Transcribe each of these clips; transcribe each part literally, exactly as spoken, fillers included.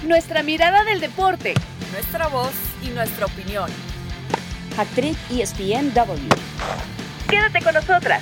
Nuestra mirada del deporte, nuestra voz y nuestra opinión. Hat-Trick E S P N W. Quédate con nosotras.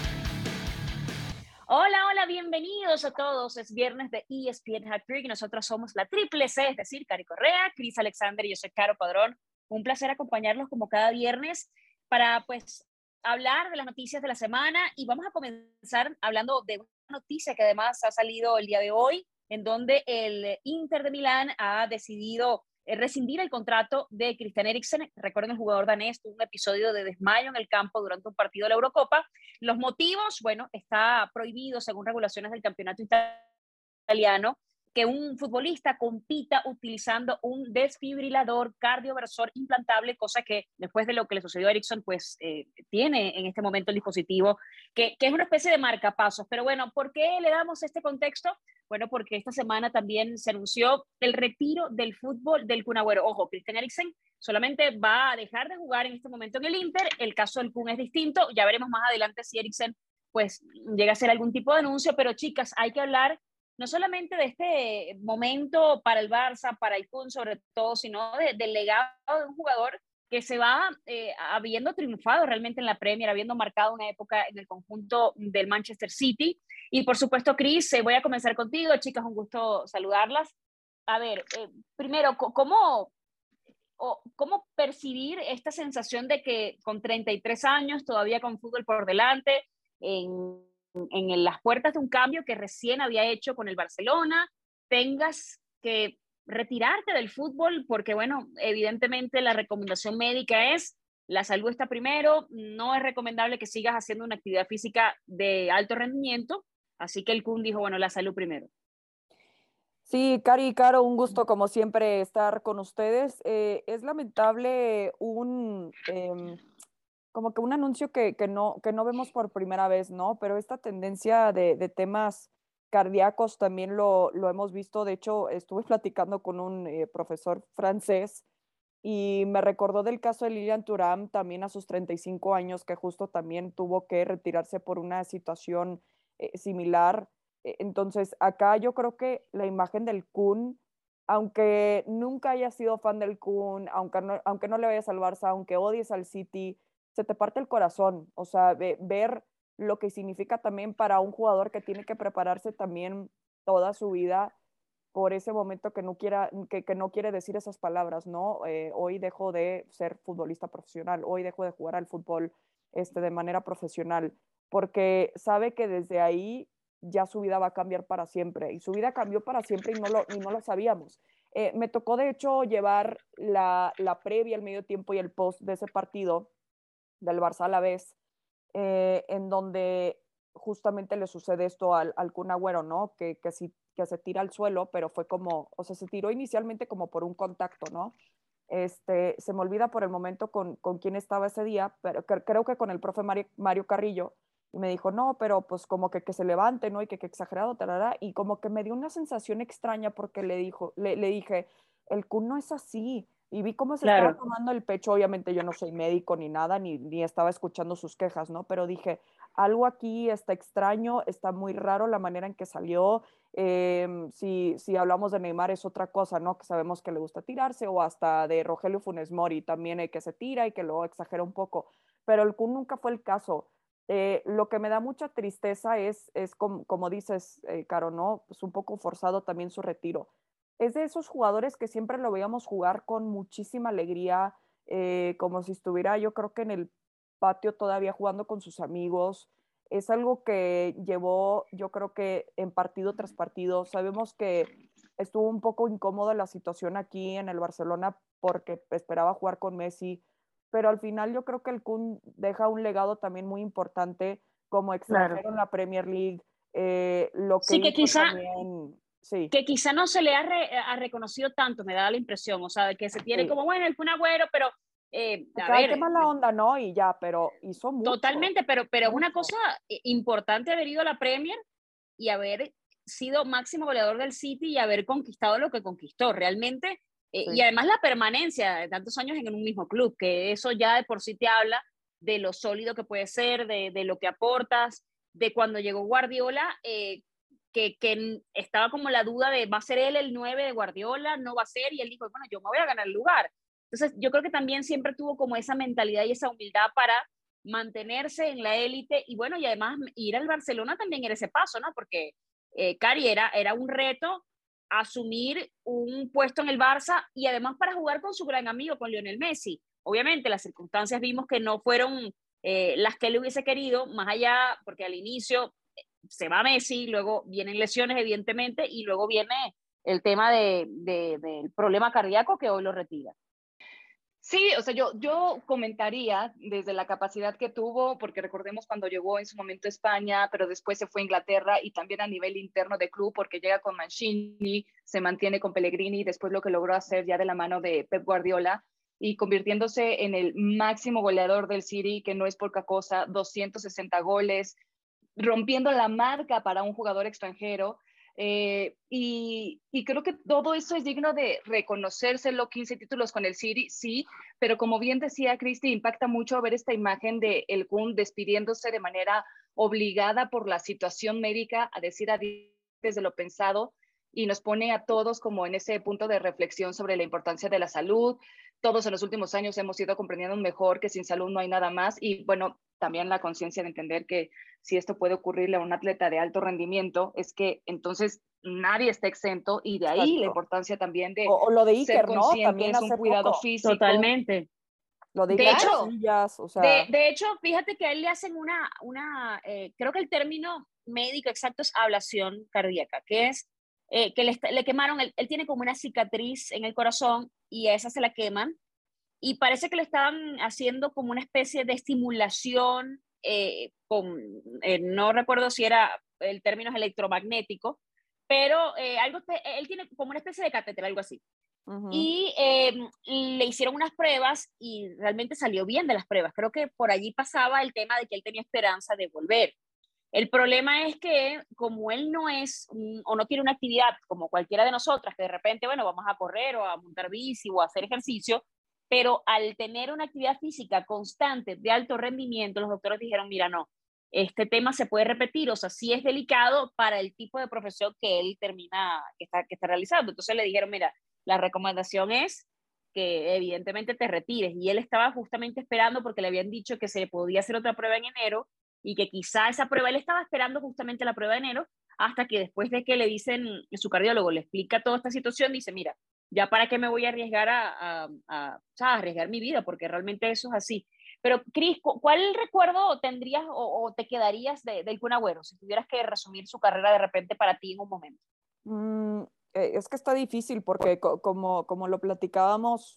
Hola, hola, bienvenidos a todos. Es viernes de E S P N Hat-Trick y nosotros somos la Triple C, es decir, Cari Correa, Cris Alexander y yo soy Caro Padrón. Un placer acompañarlos como cada viernes para, pues, hablar de las noticias de la semana y vamos a comenzar hablando de una noticia que además ha salido el día de hoy, en donde el Inter de Milán ha decidido eh, rescindir el contrato de Christian Eriksen. Recuerden, el jugador danés tuvo un episodio de desmayo en el campo durante un partido de la Eurocopa. Los motivos, bueno, está prohibido según regulaciones del campeonato italiano que un futbolista compita utilizando un desfibrilador cardioversor implantable, cosa que después de lo que le sucedió a Eriksen, pues eh, tiene en este momento el dispositivo, que, que es una especie de marcapasos. Pero bueno, ¿por qué le damos este contexto? Bueno, porque esta semana también se anunció el retiro del fútbol del Kun Agüero. Ojo, Christian Eriksen solamente va a dejar de jugar en este momento en el Inter. El caso del Kun es distinto. Ya veremos más adelante si Eriksen pues llega a ser algún tipo de anuncio. Pero chicas, hay que hablar no solamente de este momento para el Barça, para el Kun sobre todo, sino de, del legado de un jugador que se va eh, habiendo triunfado realmente en la Premier, habiendo marcado una época en el conjunto del Manchester City. Y por supuesto, Cris, eh, voy a comenzar contigo. Chicas, un gusto saludarlas. A ver, eh, primero, ¿cómo, o, ¿cómo percibir esta sensación de que con treinta y tres años, todavía con fútbol por delante, en en las puertas de un cambio que recién había hecho con el Barcelona, tengas que retirarte del fútbol porque, bueno, evidentemente la recomendación médica es la salud está primero, no es recomendable que sigas haciendo una actividad física de alto rendimiento, así que el Kun dijo, bueno, la salud primero. Sí, Cari y Caro, un gusto como siempre estar con ustedes. Eh, es lamentable un... Eh, como que un anuncio que, que, no, que no vemos por primera vez, ¿no? Pero esta tendencia de, de temas cardíacos también lo, lo hemos visto. De hecho, estuve platicando con un eh, profesor francés y me recordó del caso de Lilian Thuram, también a sus treinta y cinco años, que justo también tuvo que retirarse por una situación eh, similar. Eh, Entonces, acá yo creo que la imagen del Kun, aunque nunca haya sido fan del Kun, aunque no, aunque no le vayas al Barça, aunque odies al City, se te parte el corazón. O sea, ve, ver lo que significa también para un jugador que tiene que prepararse también toda su vida por ese momento que no, quiera, que, que no quiere decir esas palabras, ¿no? Eh, hoy dejo de ser futbolista profesional, hoy dejo de jugar al fútbol este, de manera profesional, porque sabe que desde ahí ya su vida va a cambiar para siempre, y su vida cambió para siempre y no lo, y no lo sabíamos. Eh, me tocó, de hecho, llevar la, la previa, el medio tiempo y el post de ese partido del Barça a la vez, eh, en donde justamente le sucede esto al, al Kun Agüero, ¿no? Que, que, sí, que se tira al suelo, pero fue como, o sea, se tiró inicialmente como por un contacto, ¿no? Este, se me olvida por el momento con, con quién estaba ese día, pero que, creo que con el profe Mario, Mario Carrillo, y me dijo, no, pero pues como que, que se levante, ¿no? Y que, que exagerado, tarara, y como que me dio una sensación extraña porque le, dijo, le, le dije, el Kun no es así, y vi cómo se Claro. estaba tomando el pecho. Obviamente yo no soy médico ni nada, ni, ni estaba escuchando sus quejas, ¿no? Pero dije, algo aquí está extraño, está muy raro la manera en que salió. Eh, si, si hablamos de Neymar es otra cosa, ¿no? Que sabemos que le gusta tirarse, o hasta de Rogelio Funes Mori también, hay que se tira y que lo exagera un poco. Pero el Kun nunca fue el caso. Eh, lo que me da mucha tristeza es, es como, como dices, eh, Caro, ¿no? Pues un poco forzado también su retiro. Es de esos jugadores que siempre lo veíamos jugar con muchísima alegría, eh, como si estuviera, yo creo que en el patio todavía jugando con sus amigos. Es algo que llevó, yo creo que en partido tras partido. Sabemos que estuvo un poco incómoda la situación aquí en el Barcelona porque esperaba jugar con Messi, pero al final yo creo que el Kun deja un legado también muy importante como extranjero Claro. en la Premier League. Eh, lo que Sí, que hizo quizá, también, sí. que quizá no se le ha, re, ha reconocido tanto, me da la impresión, o sea, de que se tiene Sí. como, bueno, el Kun Agüero, pero, eh, a Ay, qué ver, mala onda, ¿no? Y ya, pero hizo mucho, totalmente, pero, pero es una mucho. cosa importante haber ido a la Premier y haber sido máximo goleador del City y haber conquistado lo que conquistó realmente. Eh, y Sí, además la permanencia de tantos años en un mismo club, que eso ya de por sí te habla de lo sólido que puede ser, de, de lo que aportas, de cuando llegó Guardiola, eh, que, que estaba como la duda de, ¿va a ser él el nueve de Guardiola? ¿No va a ser? Y él dijo, bueno, yo me voy a ganar el lugar. Entonces, yo creo que también siempre tuvo como esa mentalidad y esa humildad para mantenerse en la élite y bueno, y además ir al Barcelona también era ese paso, ¿no? Porque eh, Cari era, era un reto asumir un puesto en el Barça y además para jugar con su gran amigo, con Lionel Messi. Obviamente las circunstancias vimos que no fueron eh, las que él hubiese querido, más allá, porque al inicio se va Messi, luego vienen lesiones evidentemente y luego viene el tema de, de, del problema cardíaco que hoy lo retira. Sí, o sea, yo, yo comentaría desde la capacidad que tuvo, porque recordemos cuando llegó en su momento a España, pero después se fue a Inglaterra y también a nivel interno de club, porque llega con Mancini, se mantiene con Pellegrini y después lo que logró hacer ya de la mano de Pep Guardiola y convirtiéndose en el máximo goleador del City, que no es poca cosa, doscientos sesenta goles, rompiendo la marca para un jugador extranjero. Eh, y, y creo que todo eso es digno de reconocérselo, quince títulos con el City, sí, pero como bien decía Cristi, impacta mucho ver esta imagen de el Kun despidiéndose de manera obligada por la situación médica a decir adiós desde lo pensado y nos pone a todos como en ese punto de reflexión sobre la importancia de la salud. Todos en los últimos años hemos ido comprendiendo mejor que sin salud no hay nada más y bueno, también la conciencia de entender que si esto puede ocurrirle a un atleta de alto rendimiento, es que entonces nadie está exento y de ahí Exacto. la importancia también de o, o lo de Iker, ser consciente, ¿no? También es un cuidado poco. físico. Totalmente. Lo de, de Iker hecho, Casillas, o sea... de, de hecho, fíjate que a él le hacen una, una eh, creo que el término médico exacto es ablación cardíaca, que es eh, que le, le quemaron, él, él tiene como una cicatriz en el corazón y a esa se la queman y parece que le estaban haciendo como una especie de estimulación, eh, con, eh, no recuerdo si era el término es electromagnético, pero eh, algo, él tiene como una especie de catéter, algo así. Uh-huh. Y eh, le hicieron unas pruebas y realmente salió bien de las pruebas. Creo que por allí pasaba el tema de que él tenía esperanza de volver. El problema es que como él no es un, o no tiene una actividad como cualquiera de nosotras, que de repente, bueno, vamos a correr o a montar bici o a hacer ejercicio, pero al tener una actividad física constante de alto rendimiento, los doctores dijeron, mira, no, este tema se puede repetir, o sea, sí es delicado para el tipo de profesión que él termina, que está, que está realizando. Entonces le dijeron, mira, la recomendación es que evidentemente te retires. Y él estaba justamente esperando porque le habían dicho que se le podía hacer otra prueba en enero y que quizá esa prueba, él estaba esperando justamente la prueba de enero hasta que después de que le dicen, su cardiólogo le explica toda esta situación, dice, mira, ya para qué me voy a arriesgar a, a, a, a arriesgar mi vida, porque realmente eso es así. Pero, Cris, ¿cuál recuerdo tendrías o, o te quedarías de, del Kun Agüero si tuvieras que resumir su carrera de repente para ti en un momento? Mm, eh, es que está difícil porque co como, como lo platicábamos,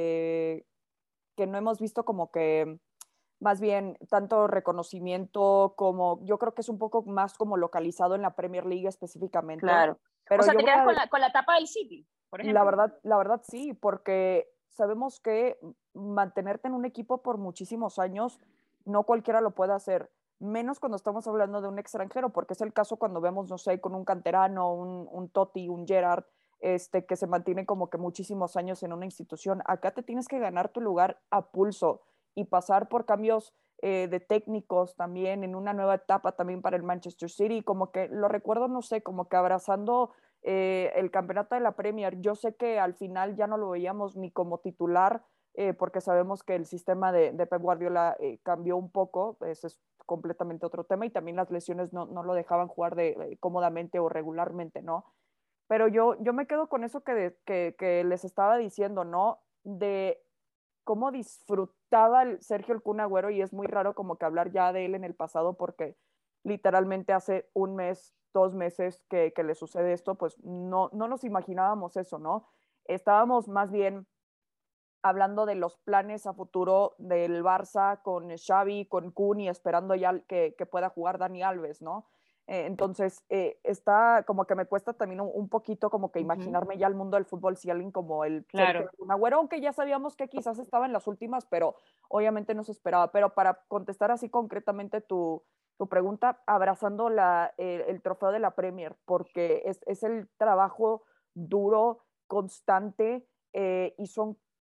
eh, que no hemos visto como que más bien tanto reconocimiento como, yo creo que es un poco más como localizado en la Premier League específicamente. Claro. Pero o sea, yo te quedas a, con la, con la etapa del City, por ejemplo. La verdad, la verdad sí, porque sabemos que mantenerte en un equipo por muchísimos años, no cualquiera lo puede hacer, menos cuando estamos hablando de un extranjero, porque es el caso cuando vemos, no sé, con un canterano, un, un Totti, un Gerrard, este, que se mantiene como que muchísimos años en una institución. Acá te tienes que ganar tu lugar a pulso y pasar por cambios eh, de técnicos también en una nueva etapa también para el Manchester City, como que lo recuerdo, no sé, como que abrazando eh, el campeonato de la Premier. Yo sé que al final ya no lo veíamos ni como titular, eh, porque sabemos que el sistema de, de Pep Guardiola eh, cambió un poco, ese es completamente otro tema, y también las lesiones no, no lo dejaban jugar de, de, cómodamente o regularmente, ¿no? Pero yo, yo me quedo con eso que, de, que, que les estaba diciendo, ¿no? De cómo disfrutaba el Sergio el Kun Agüero, y es muy raro como que hablar ya de él en el pasado porque literalmente hace un mes, dos meses que, que le sucede esto, pues no, no nos imaginábamos eso, ¿no? Estábamos más bien hablando de los planes a futuro del Barça con Xavi, con Kun y esperando ya que, que pueda jugar Dani Alves, ¿no? Eh, entonces, eh, está como que me cuesta también un, un poquito como que uh-huh. imaginarme ya el mundo del fútbol si alguien como el claro. Sergio Kun Agüero, aunque ya sabíamos que quizás estaba en las últimas, pero obviamente no se esperaba. Pero para contestar así concretamente tu, tu pregunta, abrazando la, el, el trofeo de la Premier, porque es, es el trabajo duro, constante, eh, y son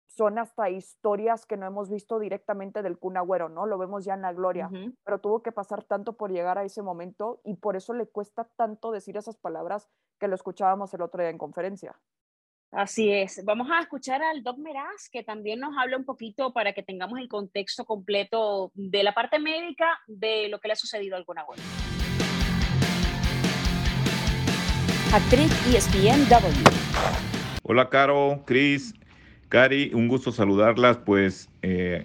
son hasta historias que no hemos visto directamente del Kun Agüero, ¿no? Lo vemos ya en la gloria, Ujú. pero tuvo que pasar tanto por llegar a ese momento y por eso le cuesta tanto decir esas palabras que lo escuchábamos el otro día en conferencia. Así es. Vamos a escuchar al Doc Meraz, que también nos habla un poquito para que tengamos el contexto completo de la parte médica de lo que le ha sucedido al Kun Agüero. Actriz E S P N W. Hola, Caro, Cris, Cari, un gusto saludarlas. Pues eh,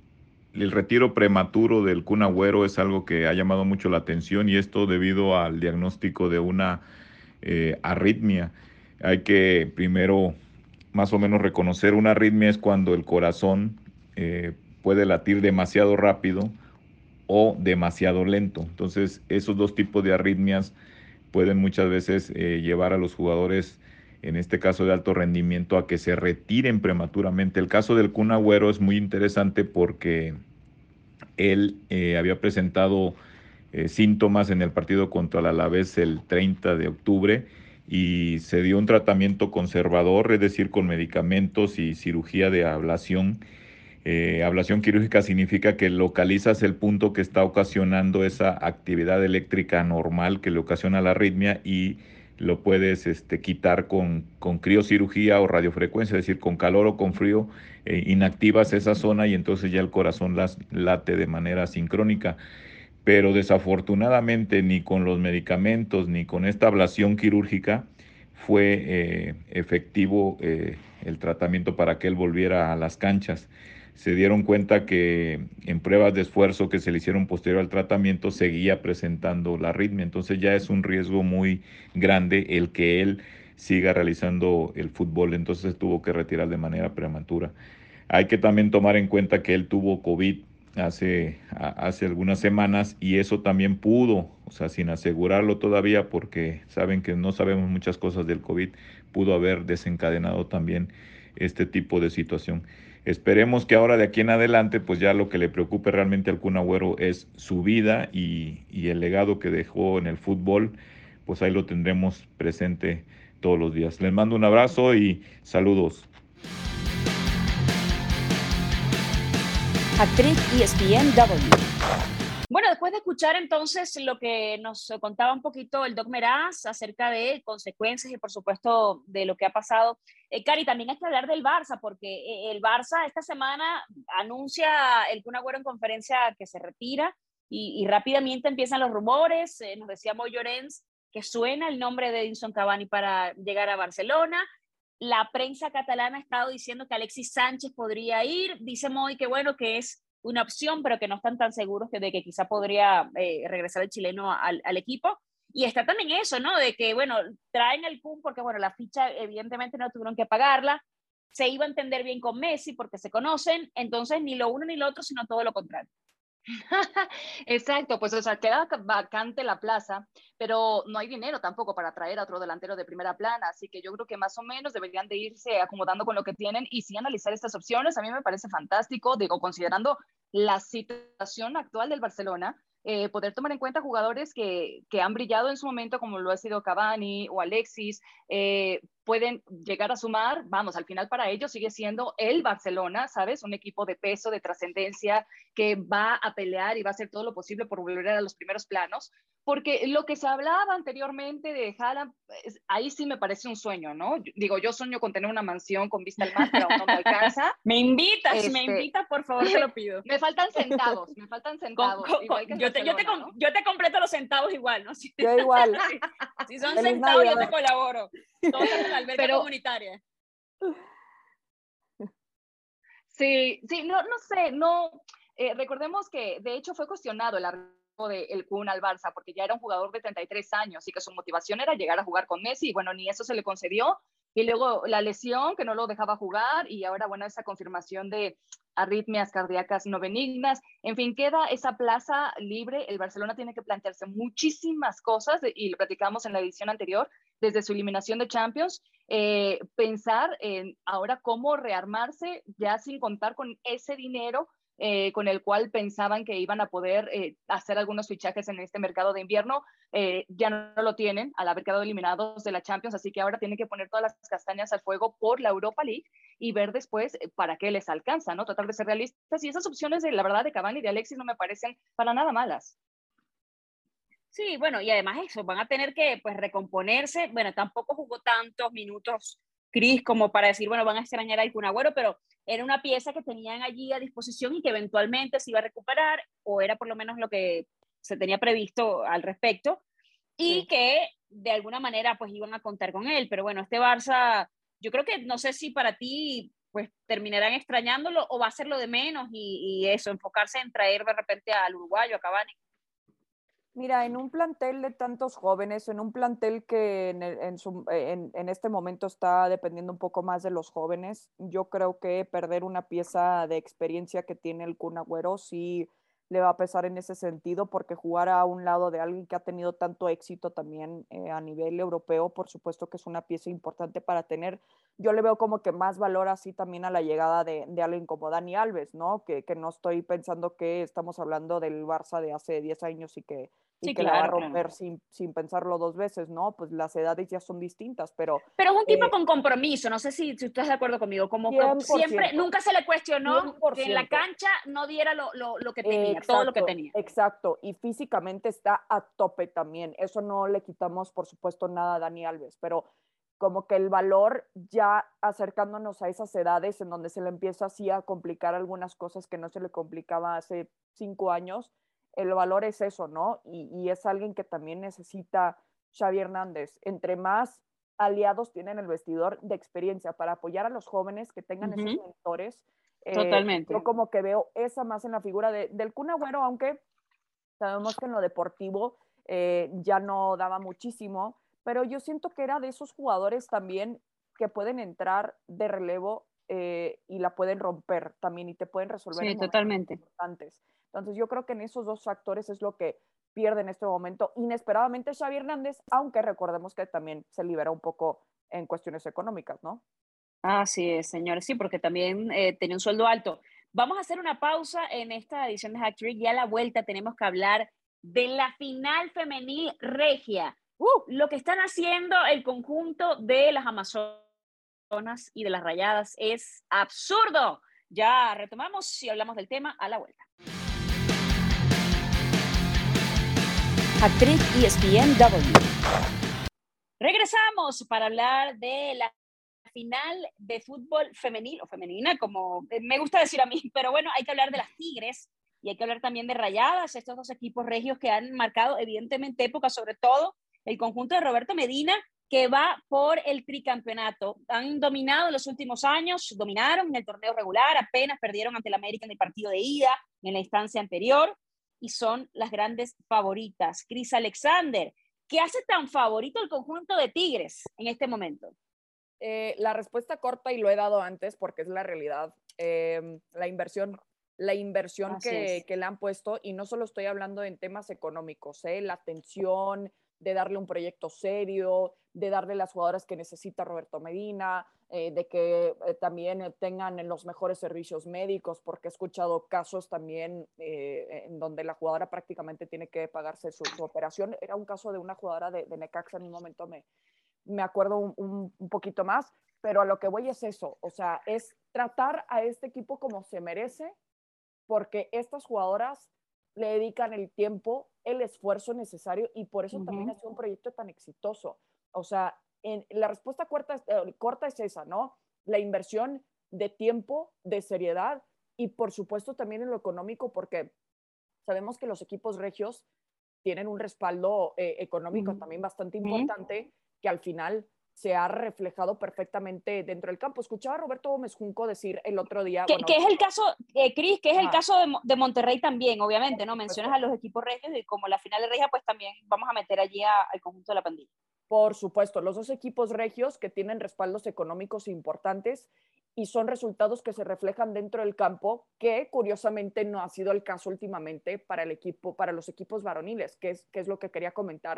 el retiro prematuro del Kun Agüero es algo que ha llamado mucho la atención, y esto debido al diagnóstico de una eh, arritmia. Hay que primero más o menos reconocer una arritmia es cuando el corazón eh, puede latir demasiado rápido o demasiado lento. Entonces, esos dos tipos de arritmias pueden muchas veces eh, llevar a los jugadores, en este caso de alto rendimiento, a que se retiren prematuramente. El caso del Kun Agüero es muy interesante porque él eh, había presentado eh, síntomas en el partido contra el Alavés el treinta de octubre y se dio un tratamiento conservador, es decir, con medicamentos y cirugía de ablación. Eh, ablación quirúrgica significa que localizas el punto que está ocasionando esa actividad eléctrica normal que le ocasiona la arritmia y lo puedes este, quitar con, con criocirugía o radiofrecuencia, es decir, con calor o con frío, eh, inactivas esa zona y entonces ya el corazón las, late de manera sincrónica. Pero desafortunadamente ni con los medicamentos ni con esta ablación quirúrgica fue eh, efectivo eh, el tratamiento para que él volviera a las canchas. Se dieron cuenta que en pruebas de esfuerzo que se le hicieron posterior al tratamiento seguía presentando la arritmia. Entonces ya es un riesgo muy grande el que él siga realizando el fútbol. Entonces tuvo que retirar de manera prematura. Hay que también tomar en cuenta que él tuvo COVID hace, hace algunas semanas y eso también pudo, o sea, sin asegurarlo todavía, porque saben que no sabemos muchas cosas del COVID, pudo haber desencadenado también este tipo de situación. Esperemos que ahora de aquí en adelante, pues ya lo que le preocupe realmente al Kun Agüero es su vida y, y el legado que dejó en el fútbol, pues ahí lo tendremos presente todos los días. Les mando un abrazo y saludos. Actriz E S P N W. Bueno, después de escuchar entonces lo que nos contaba un poquito el Doc Meraz acerca de consecuencias y por supuesto de lo que ha pasado, eh, Cari, también hay que hablar del Barça, porque eh, el Barça esta semana anuncia el Kun Agüero en conferencia que se retira y, y rápidamente empiezan los rumores. Eh, nos decía Moy Llorens que suena el nombre de Edinson Cavani para llegar a Barcelona. La prensa catalana ha estado diciendo que Alexis Sánchez podría ir. Dice Moy que bueno, que es una opción, pero que no están tan seguros que de que quizá podría eh, regresar el chileno al, al equipo. Y está también eso, ¿no? De que, bueno, traen el Kun porque, bueno, la ficha evidentemente no tuvieron que pagarla, se iba a entender bien con Messi porque se conocen, entonces ni lo uno ni lo otro, sino todo lo contrario. Exacto, pues o sea, queda vacante la plaza, pero no hay dinero tampoco para traer a otro delantero de primera plana, así que yo creo que más o menos deberían de irse acomodando con lo que tienen y sí analizar estas opciones. A mí me parece fantástico, digo, considerando la situación actual del Barcelona, eh, poder tomar en cuenta jugadores que, que han brillado en su momento, como lo ha sido Cavani o Alexis, eh, pueden llegar a sumar, vamos, al final para ellos sigue siendo el Barcelona, ¿sabes? Un equipo de peso, de trascendencia, que va a pelear y va a hacer todo lo posible por volver a los primeros planos, porque lo que se hablaba anteriormente de Haaland, ahí sí me parece un sueño, ¿no? Digo, yo sueño con tener una mansión con vista al mar, pero aún no me alcanza. Me invitas, Este, me invitas, por favor, te lo pido. Me faltan centavos, me faltan centavos. Con, con, igual que yo, te, yo, te, ¿no? yo te completo los centavos igual, ¿no? Si, Yo igual. si son Feliz centavos, Navidad. yo te colaboro. Todo en la alberca Pero, comunitaria. Sí, sí, no, no sé, no, eh, recordemos que de hecho fue cuestionado el arribo de el Kun al Barça porque ya era un jugador de treinta y tres años y que su motivación era llegar a jugar con Messi y bueno, ni eso se le concedió y luego la lesión que no lo dejaba jugar y ahora bueno, esa confirmación de arritmias cardíacas no benignas, en fin, queda esa plaza libre. El Barcelona tiene que plantearse muchísimas cosas y lo platicamos en la edición anterior, desde su eliminación de Champions, eh, pensar en ahora cómo rearmarse ya sin contar con ese dinero eh, con el cual pensaban que iban a poder eh, hacer algunos fichajes en este mercado de invierno, eh, ya no lo tienen al haber quedado eliminados de la Champions, así que ahora tienen que poner todas las castañas al fuego por la Europa League y ver después eh, para qué les alcanza, ¿no? Tratar de ser realistas, y esas opciones, de la verdad, de Cavani y de Alexis no me parecen para nada malas. Sí, bueno, y además eso, van a tener que pues recomponerse. Bueno, tampoco jugó tantos minutos Cris como para decir, bueno, van a extrañar al Kun Agüero, pero era una pieza que tenían allí a disposición y que eventualmente se iba a recuperar, o era por lo menos lo que se tenía previsto al respecto, y sí, que de alguna manera pues iban a contar con él. Pero bueno, este Barça, yo creo que no sé si para ti pues terminarán extrañándolo o va a ser lo de menos y, y eso, enfocarse en traer de repente al uruguayo, a Cavani. Mira, en un plantel de tantos jóvenes, en un plantel que en, el, en, su, en, en este momento está dependiendo un poco más de los jóvenes, yo creo que perder una pieza de experiencia que tiene el Kun Agüero sí le va a pesar en ese sentido, porque jugar a un lado de alguien que ha tenido tanto éxito también eh, a nivel europeo, por supuesto que es una pieza importante para tener. Yo le veo como que más valor así también a la llegada de, de alguien como Dani Alves, ¿no? Que, que no estoy pensando que estamos hablando del Barça de hace diez años y que y sí, que claro, la va a romper claro. sin, sin pensarlo dos veces, ¿no? Pues las edades ya son distintas, pero... Pero es un tipo eh, con compromiso, no sé si, si tú estás de acuerdo conmigo, como que cien por siempre, ciento, nunca se le cuestionó cien por que en la ciento. cancha no diera lo, lo, lo que Eh, tenía, todo lo que exacto, tenía. exacto, y físicamente está a tope también, eso no le quitamos, por supuesto, nada a Dani Alves, pero como que el valor ya acercándonos a esas edades en donde se le empieza así a complicar algunas cosas que no se le complicaba hace cinco años, el valor es eso, ¿no? Y, y es alguien que también necesita Xavi Hernández. Entre más aliados tienen el vestidor de experiencia para apoyar a los jóvenes, que tengan uh-huh. esos mentores. Eh, Totalmente. Yo como que veo esa más en la figura de, del Kun Agüero, aunque sabemos que en lo deportivo eh, ya no daba muchísimo, pero yo siento que era de esos jugadores también que pueden entrar de relevo eh, y la pueden romper también y te pueden resolver sí, en totalmente. momentos importantes. Entonces yo creo que en esos dos factores es lo que pierde en este momento inesperadamente Xavi Hernández, aunque recordemos que también se libera un poco en cuestiones económicas, ¿no? Así es, señores, sí, porque también eh, tenía un sueldo alto. Vamos a hacer una pausa en esta edición de Hack Trick y a la vuelta tenemos que hablar de la final femenil regia. Uh, lo que están haciendo el conjunto de las Amazonas y de las Rayadas es absurdo. Ya retomamos y hablamos del tema a la vuelta. Hack Trick E S P N W. Regresamos para hablar de la final de fútbol femenil o femenina, como me gusta decir a mí, pero bueno, hay que hablar de las Tigres y hay que hablar también de Rayadas, estos dos equipos regios que han marcado evidentemente época, sobre todo el conjunto de Roberto Medina, que va por el tricampeonato. Han dominado en los últimos años, dominaron en el torneo regular, apenas perdieron ante el América en el partido de ida, en la instancia anterior, y son las grandes favoritas. Cris Alexander, ¿qué hace tan favorito el conjunto de Tigres en este momento? Eh, la respuesta corta, y lo he dado antes porque es la realidad, eh, la inversión, la inversión que, que le han puesto, y no solo estoy hablando en temas económicos, eh, la atención de darle un proyecto serio, de darle las jugadoras que necesita Roberto Medina, eh, de que eh, también tengan los mejores servicios médicos, porque he escuchado casos también eh, en donde la jugadora prácticamente tiene que pagarse su, su operación. Era un caso de una jugadora de, de Necaxa, en un momento me me acuerdo un, un, un poquito más, pero a lo que voy es eso, o sea, es tratar a este equipo como se merece, porque estas jugadoras le dedican el tiempo, el esfuerzo necesario, y por eso uh-huh. también ha sido un proyecto tan exitoso. O sea, en, la respuesta corta, eh, corta es esa, ¿no? La inversión de tiempo, de seriedad, y por supuesto también en lo económico, porque sabemos que los equipos regios tienen un respaldo eh, económico uh-huh. también bastante importante, uh-huh. que al final se ha reflejado perfectamente dentro del campo. Escuchaba a Roberto Gómez Junco decir el otro día... Que, bueno, que es el caso, eh, Cris, que es ah. el caso de, de Monterrey también, obviamente, ¿no? Mencionas a los equipos regios y como la final de regia, pues también vamos a meter allí a, al conjunto de la pandilla. Por supuesto, los dos equipos regios que tienen respaldos económicos importantes y son resultados que se reflejan dentro del campo, que curiosamente no ha sido el caso últimamente para el equipo, para los equipos varoniles, que es, que es lo que quería comentar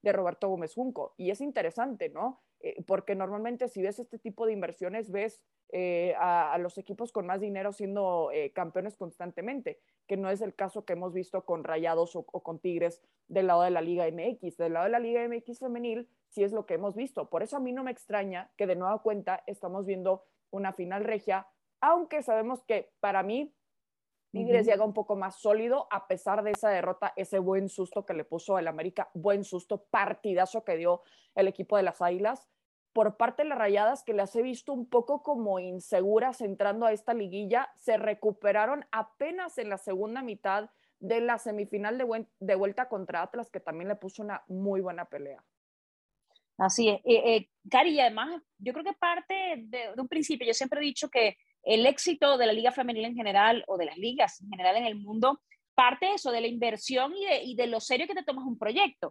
de Roberto Gómez Junco. Y es interesante, ¿no? Eh, porque normalmente si ves este tipo de inversiones, ves eh, a, a los equipos con más dinero siendo eh, campeones constantemente, que no es el caso que hemos visto con Rayados o, o con Tigres del lado de la Liga M X. Del lado de la Liga M X femenil sí es lo que hemos visto. Por eso a mí no me extraña que de nueva cuenta estamos viendo una final regia, aunque sabemos que para mí Tigres uh-huh. llega un poco más sólido a pesar de esa derrota, ese buen susto que le puso el América, buen susto, partidazo que dio el equipo de las Águilas. Por parte de las Rayadas, que las he visto un poco como inseguras entrando a esta liguilla, se recuperaron apenas en la segunda mitad de la semifinal de, buen, de vuelta contra Atlas, que también le puso una muy buena pelea. Así es. Eh, eh, Cari, y además, yo creo que parte de, de un principio, yo siempre he dicho que el éxito de la liga femenil en general, o de las ligas en general en el mundo, parte de eso, de la inversión y de, y de lo serio que te tomas un proyecto.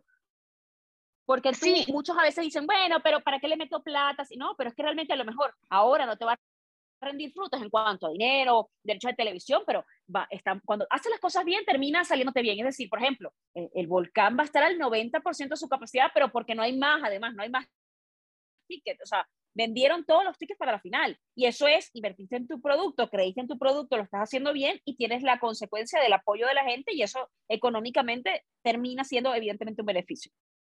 Porque tú, sí. muchos a veces dicen, bueno, pero ¿para qué le meto plata? No, pero es que realmente a lo mejor ahora no te va a rendir frutos en cuanto a dinero, derechos de televisión, pero va, está, cuando haces las cosas bien, termina saliéndote bien. Es decir, por ejemplo, el, el Volcán va a estar al noventa por ciento de su capacidad, pero porque no hay más, además, no hay más tickets. O sea, vendieron todos los tickets para la final. Y eso es, invertiste en tu producto, creíste en tu producto, lo estás haciendo bien y tienes la consecuencia del apoyo de la gente y eso económicamente termina siendo evidentemente un beneficio.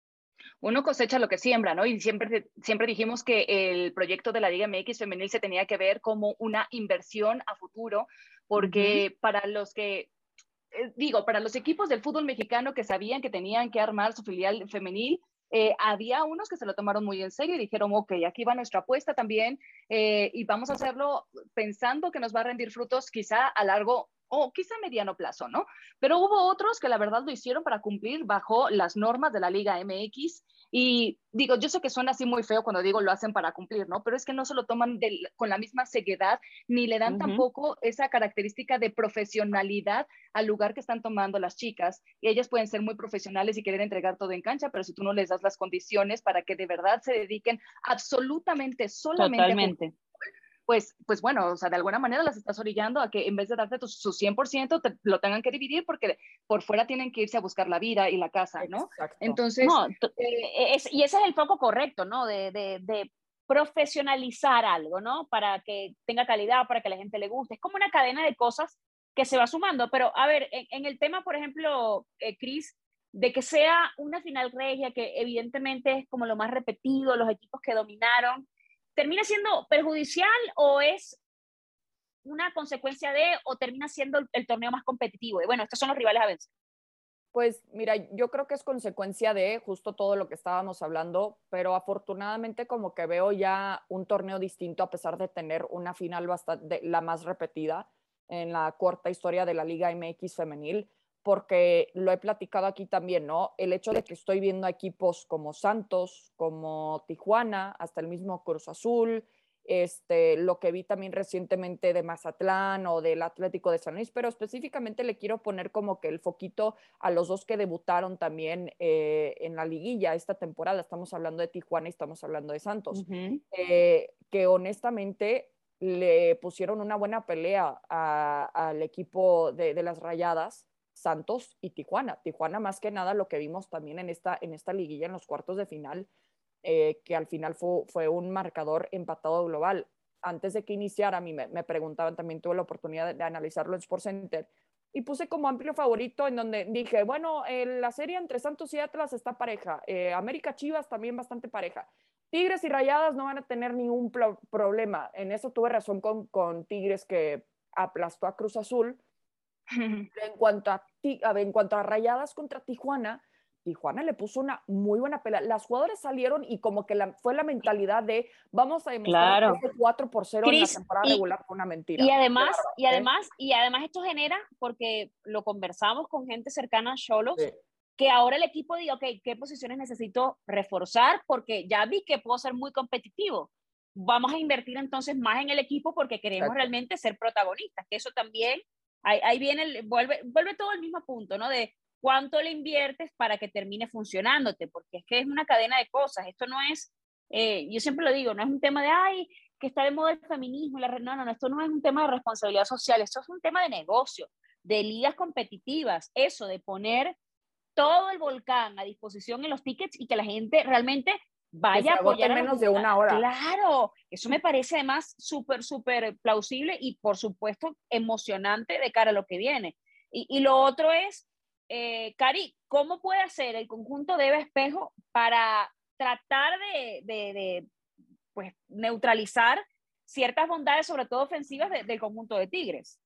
Uno cosecha lo que siembra, ¿no? Y siempre, siempre dijimos que el proyecto de la Liga M X femenil se tenía que ver como una inversión a futuro, porque uh-huh. para los que, eh, digo, para los equipos del fútbol mexicano que sabían que tenían que armar su filial femenil, eh, había unos que se lo tomaron muy en serio y dijeron, ok, aquí va nuestra apuesta también eh, y vamos a hacerlo pensando que nos va a rendir frutos quizá a largo o quizá a mediano plazo, ¿no? Pero hubo otros que la verdad lo hicieron para cumplir bajo las normas de la Liga M X y digo, yo sé que suena así muy feo cuando digo lo hacen para cumplir, ¿no? Pero es que no se lo toman de, con la misma seriedad ni le dan uh-huh. tampoco esa característica de profesionalidad al lugar que están tomando las chicas y ellas pueden ser muy profesionales y querer entregar todo en cancha, pero si tú no les das las condiciones para que de verdad se dediquen absolutamente solamente Totalmente. a Pues, pues bueno, o sea, de alguna manera las estás orillando a que en vez de darte tu, su cien por ciento, te, lo tengan que dividir porque por fuera tienen que irse a buscar la vida y la casa, ¿no? Exacto. Entonces... No, eh, es, y ese es el foco correcto, ¿no? De, de, de profesionalizar algo, ¿no? Para que tenga calidad, para que a la gente le guste. Es como una cadena de cosas que se va sumando. Pero, a ver, en, en el tema, por ejemplo, eh, Cris, de que sea una final regia, que evidentemente es como lo más repetido, los equipos que dominaron, ¿termina siendo perjudicial o es una consecuencia de, o termina siendo el, el torneo más competitivo? Y bueno, estos son los rivales a vencer. Pues mira, yo creo que es consecuencia de justo todo lo que estábamos hablando, pero afortunadamente como que veo ya un torneo distinto a pesar de tener una final bastante, la más repetida en la corta historia de la Liga M X femenil, porque lo he platicado aquí también, ¿no? El hecho de que estoy viendo equipos como Santos, como Tijuana, hasta el mismo Cruz Azul, este, lo que vi también recientemente de Mazatlán o del Atlético de San Luis, pero específicamente le quiero poner como que el foquito a los dos que debutaron también eh, en la liguilla esta temporada. Estamos hablando de Tijuana y estamos hablando de Santos, uh-huh. eh, que honestamente le pusieron una buena pelea a, al equipo de, de las Rayadas, Santos y Tijuana. Tijuana más que nada lo que vimos también en esta, en esta liguilla en los cuartos de final, eh, que al final fue, fue un marcador empatado global. Antes de que iniciara, a mí me, me preguntaban, también tuve la oportunidad de, de analizarlo en SportsCenter y puse como amplio favorito en donde dije, bueno, eh, la serie entre Santos y Atlas está pareja, eh, América Chivas también bastante pareja, Tigres y Rayadas no van a tener ningún pro- problema. En eso tuve razón con, con Tigres, que aplastó a Cruz Azul. En cuanto a, a ver, en cuanto a Rayadas contra Tijuana, Tijuana le puso una muy buena pelea. Las jugadoras salieron y como que la, fue la mentalidad de vamos a demostrar claro. que ese cuatro por cero Chris, en la temporada y, regular fue una mentira. Y además, verdad, y, además, ¿eh? y además esto genera, porque lo conversamos con gente cercana a Xolos, sí. que ahora el equipo diga, ok, ¿qué posiciones necesito reforzar? Porque ya vi que puedo ser muy competitivo. Vamos a invertir entonces más en el equipo porque queremos Exacto. realmente ser protagonistas, que eso también... Ahí, ahí viene, el, vuelve, vuelve todo al mismo punto, ¿no? De cuánto le inviertes para que termine funcionándote, porque es que es una cadena de cosas. Esto no es, eh, yo siempre lo digo, no es un tema de, ay, que está de moda el feminismo. La, no, no, no, esto no es un tema de responsabilidad social, esto es un tema de negocio, de ligas competitivas, eso, de poner todo el volcán a disposición en los tickets y que la gente realmente vaya a apoyar. En menos de una hora. Claro, eso me parece además súper, súper plausible y por supuesto emocionante de cara a lo que viene. Y, y lo otro es, eh, Cari, ¿cómo puede hacer el conjunto de Eva Espejo para tratar de, de, de pues, neutralizar ciertas bondades, sobre todo ofensivas, de, del conjunto de Tigres?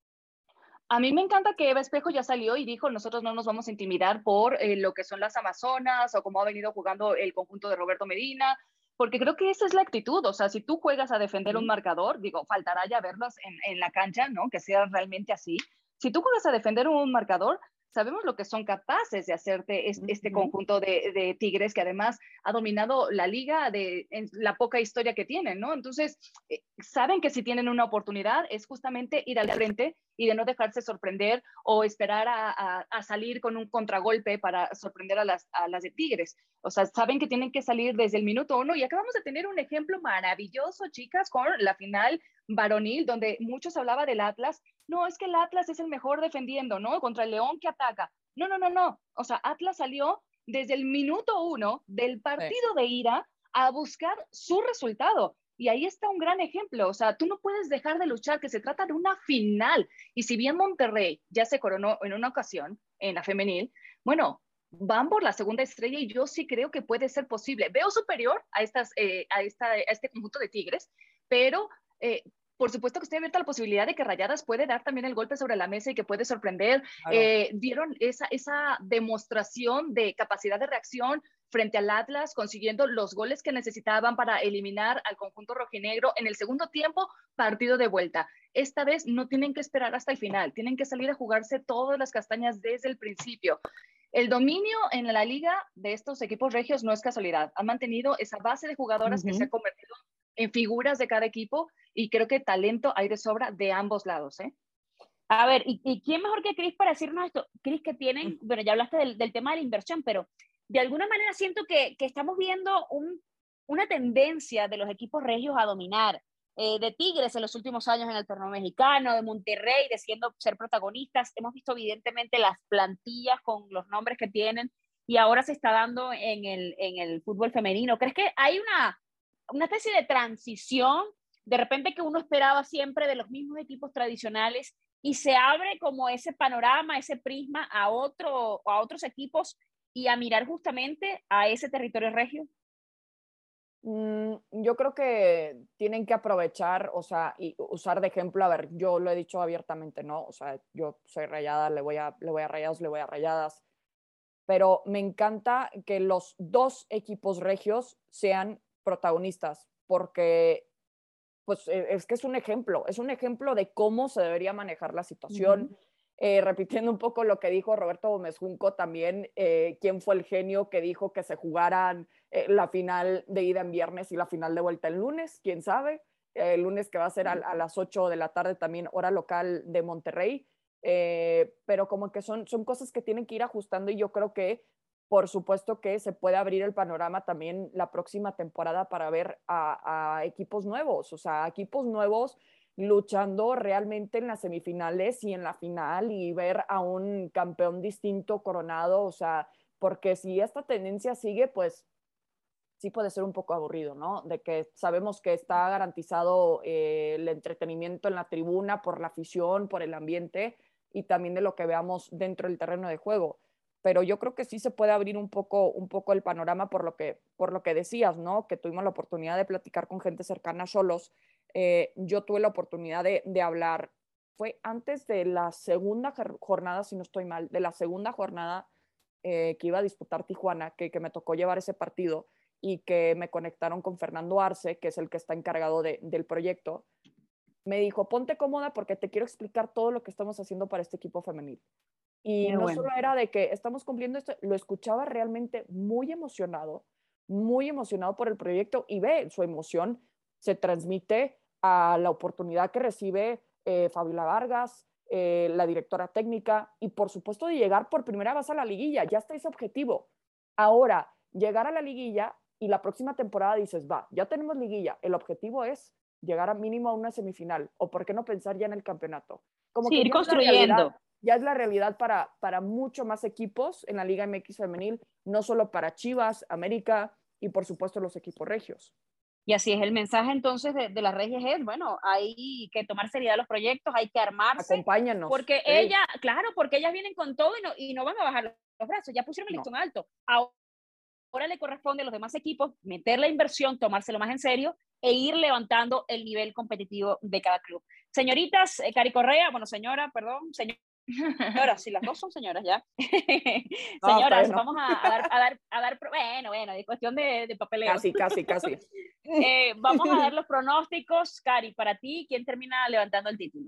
A mí me encanta que Eva Espejo ya salió y dijo, nosotros no nos vamos a intimidar por eh, lo que son las Amazonas o cómo ha venido jugando el conjunto de Roberto Medina, porque creo que esa es la actitud. O sea, si tú juegas a defender un marcador, digo, faltará ya verlos en, en la cancha, ¿no? Que sea realmente así. Si tú juegas a defender un marcador, sabemos lo que son capaces de hacerte es, este uh-huh. conjunto de, de Tigres, que además ha dominado la liga de en la poca historia que tienen, ¿no? Entonces, eh, saben que si tienen una oportunidad es justamente ir al frente y de no dejarse sorprender o esperar a, a, a salir con un contragolpe para sorprender a las, a las de Tigres. O sea, saben que tienen que salir desde el minuto uno y acabamos de tener un ejemplo maravilloso, chicas, con la final varonil, donde muchos hablaban del Atlas. No, es que el Atlas es el mejor defendiendo, ¿no? Contra el León que ataca. No, no, no, no. O sea, Atlas salió desde el minuto uno del partido sí. de ida a buscar su resultado. Y ahí está un gran ejemplo. O sea, tú no puedes dejar de luchar, que se trata de una final. Y si bien Monterrey ya se coronó en una ocasión, en la femenil, bueno, van por la segunda estrella y yo sí creo que puede ser posible. Veo superior a, estas, eh, a, esta, a este conjunto de Tigres, pero... Eh, por supuesto que estoy abierta a la posibilidad de que Rayadas puede dar también el golpe sobre la mesa y que puede sorprender. Claro. Eh, dieron esa, esa demostración de capacidad de reacción frente al Atlas, consiguiendo los goles que necesitaban para eliminar al conjunto rojinegro en el segundo tiempo, partido de vuelta. Esta vez no tienen que esperar hasta el final, tienen que salir a jugarse todas las castañas desde el principio. El dominio en la liga de estos equipos regios no es casualidad. Han mantenido esa base de jugadoras uh-huh. que se ha convertido en figuras de cada equipo y creo que talento hay de sobra de ambos lados, ¿eh? A ver, ¿y, y quién mejor que Cris para decirnos esto? Cris, que tienen, bueno, ya hablaste del, del tema de la inversión, pero de alguna manera siento que, que estamos viendo un, una tendencia de los equipos regios a dominar, eh, de Tigres en los últimos años en el torneo mexicano, de Monterrey decidiendo ser protagonistas. Hemos visto evidentemente las plantillas con los nombres que tienen y ahora se está dando en el, en el fútbol femenino. ¿Crees que hay una... una especie de transición, de repente que uno esperaba siempre de los mismos equipos tradicionales y se abre como ese panorama, ese prisma a, otro, a otros equipos y a mirar justamente a ese territorio regio? Mm, yo creo que tienen que aprovechar, o sea, y usar de ejemplo, a ver, yo lo he dicho abiertamente, ¿no? O sea, yo soy Rayada, le voy a, le voy a Rayados, le voy a Rayadas, pero me encanta que los dos equipos regios sean protagonistas, porque pues es que es un ejemplo, es un ejemplo de cómo se debería manejar la situación. Uh-huh. Eh, repitiendo un poco lo que dijo Roberto Gómez Junco también, eh, quién fue el genio que dijo que se jugaran eh, la final de ida en viernes y la final de vuelta el lunes, quién sabe, eh, el lunes que va a ser a, a las ocho de la tarde también, hora local de Monterrey, eh, pero como que son, son cosas que tienen que ir ajustando y yo creo que por supuesto que se puede abrir el panorama también la próxima temporada para ver a, a equipos nuevos, o sea, equipos nuevos luchando realmente en las semifinales y en la final y ver a un campeón distinto coronado, o sea, porque si esta tendencia sigue, pues sí puede ser un poco aburrido, ¿no? De que sabemos que está garantizado eh, el entretenimiento en la tribuna por la afición, por el ambiente y también de lo que veamos dentro del terreno de juego. Pero yo creo que sí se puede abrir un poco, un poco el panorama por lo que, por lo que decías, ¿no? Que tuvimos la oportunidad de platicar con gente cercana a Xolos. Eh, yo tuve la oportunidad de, de hablar, fue antes de la segunda jornada, si no estoy mal, de la segunda jornada eh, que iba a disputar Tijuana, que, que me tocó llevar ese partido y que me conectaron con Fernando Arce, que es el que está encargado de, del proyecto. Me dijo, ponte cómoda porque te quiero explicar todo lo que estamos haciendo para este equipo femenil. Y Qué no bueno. solo era de que estamos cumpliendo esto, lo escuchaba realmente muy emocionado, muy emocionado por el proyecto y ve, su emoción se transmite a la oportunidad que recibe eh, Fabiola Vargas, eh, la directora técnica y por supuesto de llegar por primera vez a la liguilla, ya está ese objetivo. Ahora, llegar a la liguilla y la próxima temporada dices, va, ya tenemos liguilla, el objetivo es llegar a mínimo a una semifinal o por qué no pensar ya en el campeonato. Como sí, que ir construyendo. ya es la realidad para, para mucho más equipos en la Liga M X femenil, no solo para Chivas, América y por supuesto los equipos regios. Y así es el mensaje entonces de, de las regias es, bueno, hay que tomar seriedad los proyectos, hay que armarse. Acompáñanos. Porque sí. ella, claro, porque ellas vienen con todo y no, y no van a bajar los brazos, ya pusieron el listón alto. Ahora, ahora le corresponde a los demás equipos meter la inversión, tomárselo más en serio e ir levantando el nivel competitivo de cada club. Señoritas, eh, Cari Correa, bueno, señora, perdón, señor. Ahora, si las dos son señoras ya. No, Señoras, no. vamos a, a, dar, a, dar, a dar, bueno, bueno, es cuestión de, de papeleo. Casi, casi, casi. eh, vamos a dar los pronósticos. Cari, para ti, ¿quién termina levantando el título?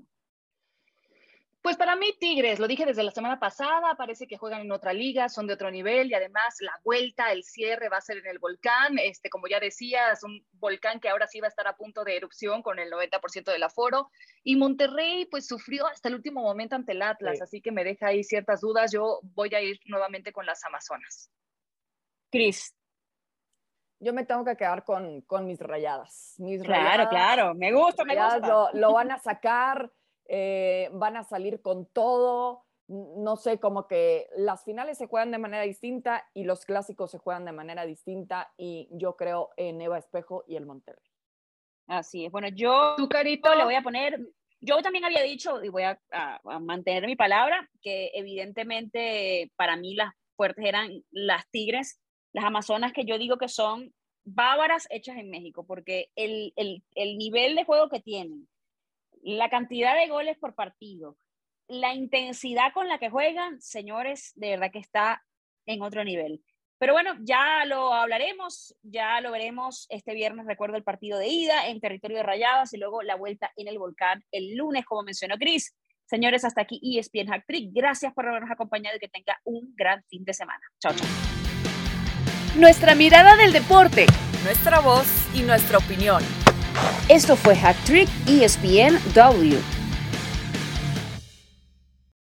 Pues para mí Tigres, lo dije desde la semana pasada, parece que juegan en otra liga, son de otro nivel y además la vuelta, el cierre va a ser en el volcán, este, como ya decías, un volcán que ahora sí va a estar a punto de erupción con el noventa por ciento del aforo y Monterrey pues sufrió hasta el último momento ante el Atlas, sí. Así que me deja ahí ciertas dudas, yo voy a ir nuevamente con las Amazonas. Cris. Yo me tengo que quedar con, con mis Rayadas. Mis claro, rayadas, claro, me gusta, me gusta. Lo, lo van a sacar. Eh, van a salir con todo, no sé, como que las finales se juegan de manera distinta y los clásicos se juegan de manera distinta y yo creo en Eva Espejo y el Monterrey. Así es, bueno, yo ¿Tu Carito? Le voy a poner, yo también había dicho y voy a, a, a mantener mi palabra, que evidentemente para mí las fuertes eran las Tigres, las Amazonas, que yo digo que son bárbaras hechas en México, porque el, el, el nivel de juego que tienen, la cantidad de goles por partido, la intensidad con la que juegan, señores, de verdad que está en otro nivel. Pero bueno, ya lo hablaremos, ya lo veremos este viernes, recuerdo el partido de ida en territorio de Rayadas y luego la vuelta en el volcán el lunes, como mencionó Cris. Señores, hasta aquí E S P N Hat Trick. Gracias por habernos acompañado y que tenga un gran fin de semana. Chao, chao. Nuestra mirada del deporte. Nuestra voz y nuestra opinión. Esto fue Hat Trick E S P N W.